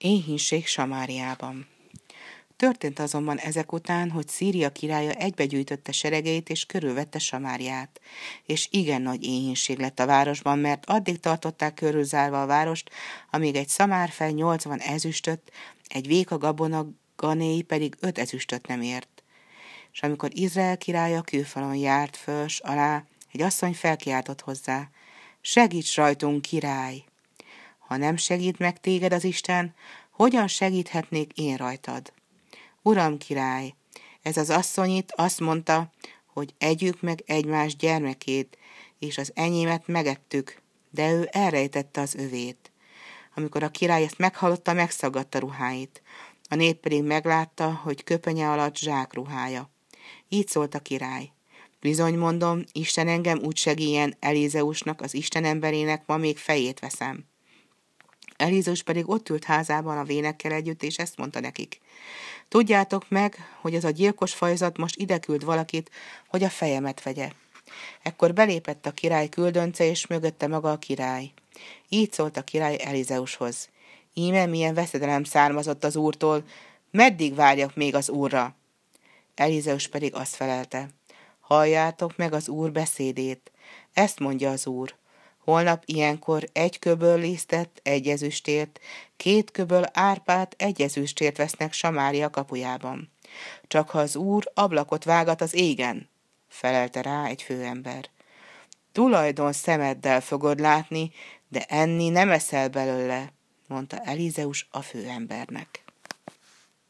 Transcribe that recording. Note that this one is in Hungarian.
Éhínség Samáriában. Történt azonban ezek után, hogy Szíria királya egybegyűjtötte seregeit és körülvette Samáriát, és igen nagy éhínség lett a városban, mert addig tartották körülzárva a várost, amíg egy szamárfej 80 ezüstöt, egy véka gabona ganéi pedig 5 ezüstöt nem ért. És amikor Izrael királya kőfalon járt föl s alá, egy asszony felkiáltott hozzá: segíts rajtunk, király! Ha nem segít meg téged az Isten, hogyan segíthetnék én rajtad? Uram király, ez az asszony itt azt mondta, hogy együk meg egymás gyermekét, és az enyémet megettük, de ő elrejtette az övét. Amikor a király ezt meghallotta, megszaggatta ruháit. A nép pedig meglátta, hogy köpenye alatt zsákruhája. Így szólt a király: bizony mondom, Isten engem úgy segélyen, Elizeusnak, az Isten emberének ma még fejét veszem. Elizeus pedig ott ült házában a vénekkel együtt, és ezt mondta nekik: tudjátok meg, hogy ez a gyilkos fajzat most ide küld valakit, hogy a fejemet vegye. Ekkor belépett a király küldönce, és mögötte maga a király. Így szólt a király Elizeushoz: íme milyen veszedelem származott az Úrtól, meddig várjak még az Úrra? Elizeus pedig azt felelte: halljátok meg az Úr beszédét. Ezt mondja az Úr: holnap ilyenkor 1 köböl lisztet 1 ezüstért, 2 köböl árpát 1 ezüstért vesznek Samária kapujában. Csak ha az Úr ablakot vágat az égen, felelte rá egy főember. Tulajdon szemeddel fogod látni, de enni nem eszel belőle, mondta Elizeus a főembernek.